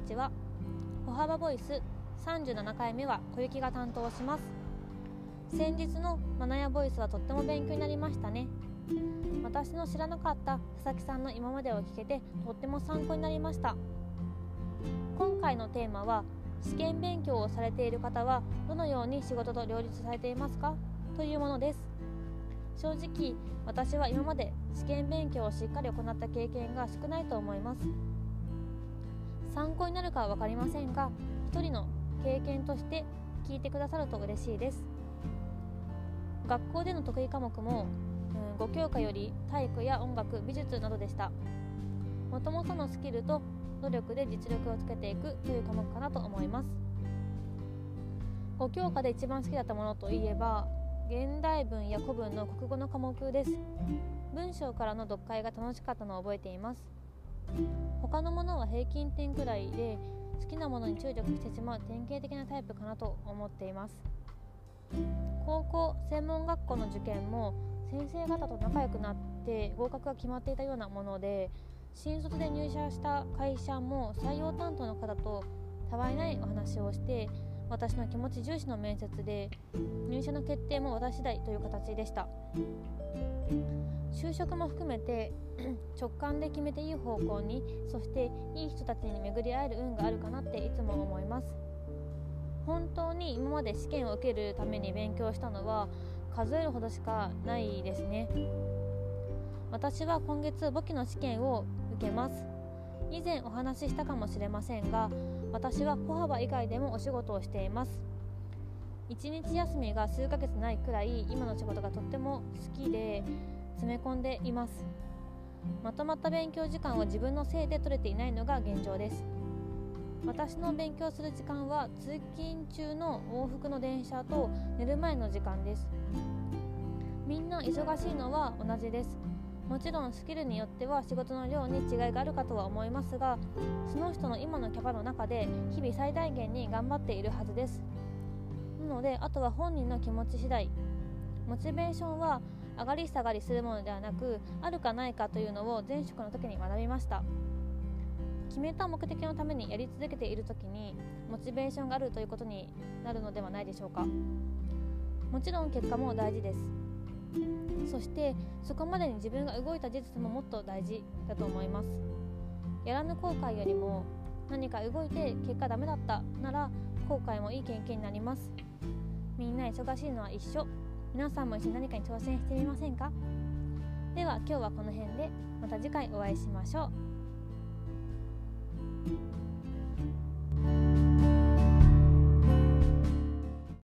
ちは。歩幅ボイス37回目は小雪が担当します。先日のマナヤボイスはとっても勉強になりましたね。私の知らなかった佐々木さんの今までを聞けてとっても参考になりました。今回のテーマは、試験勉強をされている方はどのように仕事と両立されていますかというものです。正直私は今まで試験勉強をしっかり行った経験が少ないと思います。参考になるかは分かりませんが、一人の経験として聞いてくださると嬉しいです。学校での得意科目も、5教科より体育や音楽、美術などでした。もともとのスキルと努力で実力をつけていくという科目かなと思います。5教科で一番好きだったものといえば、現代文や古文の国語の科目です。文章からの読解が楽しかったのを覚えています。他のものは平均点くらいで、好きなものに注力してしまう典型的なタイプかなと思っています。高校専門学校の受験も先生方と仲良くなって合格が決まっていたようなもので、新卒で入社した会社も採用担当の方とたわいないお話をして、私の気持ち重視の面接で入社の決定も私次第という形でした。就職も含めて直感で決めていい方向に、そしていい人たちに巡り会える運があるかなっていつも思います。本当に今まで試験を受けるために勉強したのは数えるほどしかないですね。私は今月簿記の試験を受けます。以前お話ししたかもしれませんが、私は歩幅以外でもお仕事をしています。一日休みが数ヶ月ないくらい今の仕事がとっても好きで詰め込んでいます。まとまった勉強時間を自分のせいで取れていないのが現状です。私の勉強する時間は通勤中の往復の電車と寝る前の時間です。みんな忙しいのは同じです。もちろんスキルによっては仕事の量に違いがあるかとは思いますが、その人の今のキャパの中で日々最大限に頑張っているはずです。なので、あとは本人の気持ち次第。モチベーションは上がり下がりするものではなく、あるかないかというのを前職の時に学びました。決めた目的のためにやり続けている時にモチベーションがあるということになるのではないでしょうか。もちろん結果も大事です。そしてそこまでに自分が動いた事実ももっと大事だと思います。やらぬ後悔よりも、何か動いて結果ダメだったなら後悔もいい経験になります。みんな忙しいのは一緒。皆さんも一緒に何かに挑戦してみませんか？では今日はこの辺で、また次回お会いしましょう。